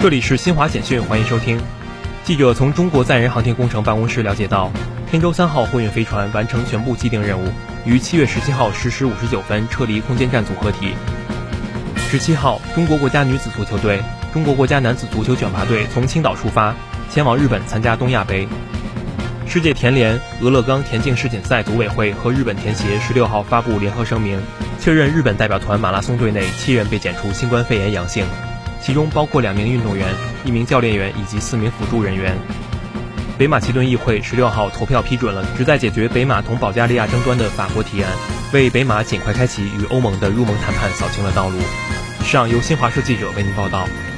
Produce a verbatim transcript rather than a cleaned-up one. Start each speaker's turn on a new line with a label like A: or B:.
A: 这里是新华简讯，欢迎收听。记者从中国载人航天工程办公室了解到，天舟三号货运飞船完成全部既定任务，于七月十七号十时五十九分撤离空间站组合体。十七号，中国国家女子足球队、中国国家男子足球选拔队从青岛出发，前往日本参加东亚杯。世界田联、俄勒冈田径世锦赛组委会和日本田协十六号发布联合声明，确认日本代表团马拉松队内七人被检出新冠肺炎阳性，其中包括两名运动员、一名教练员以及四名辅助人员。北马其顿议会十六号投票批准了旨在解决北马同保加利亚争端的法国提案，为北马尽快开启与欧盟的入盟谈判扫清了道路。以上由新华社记者为您报道。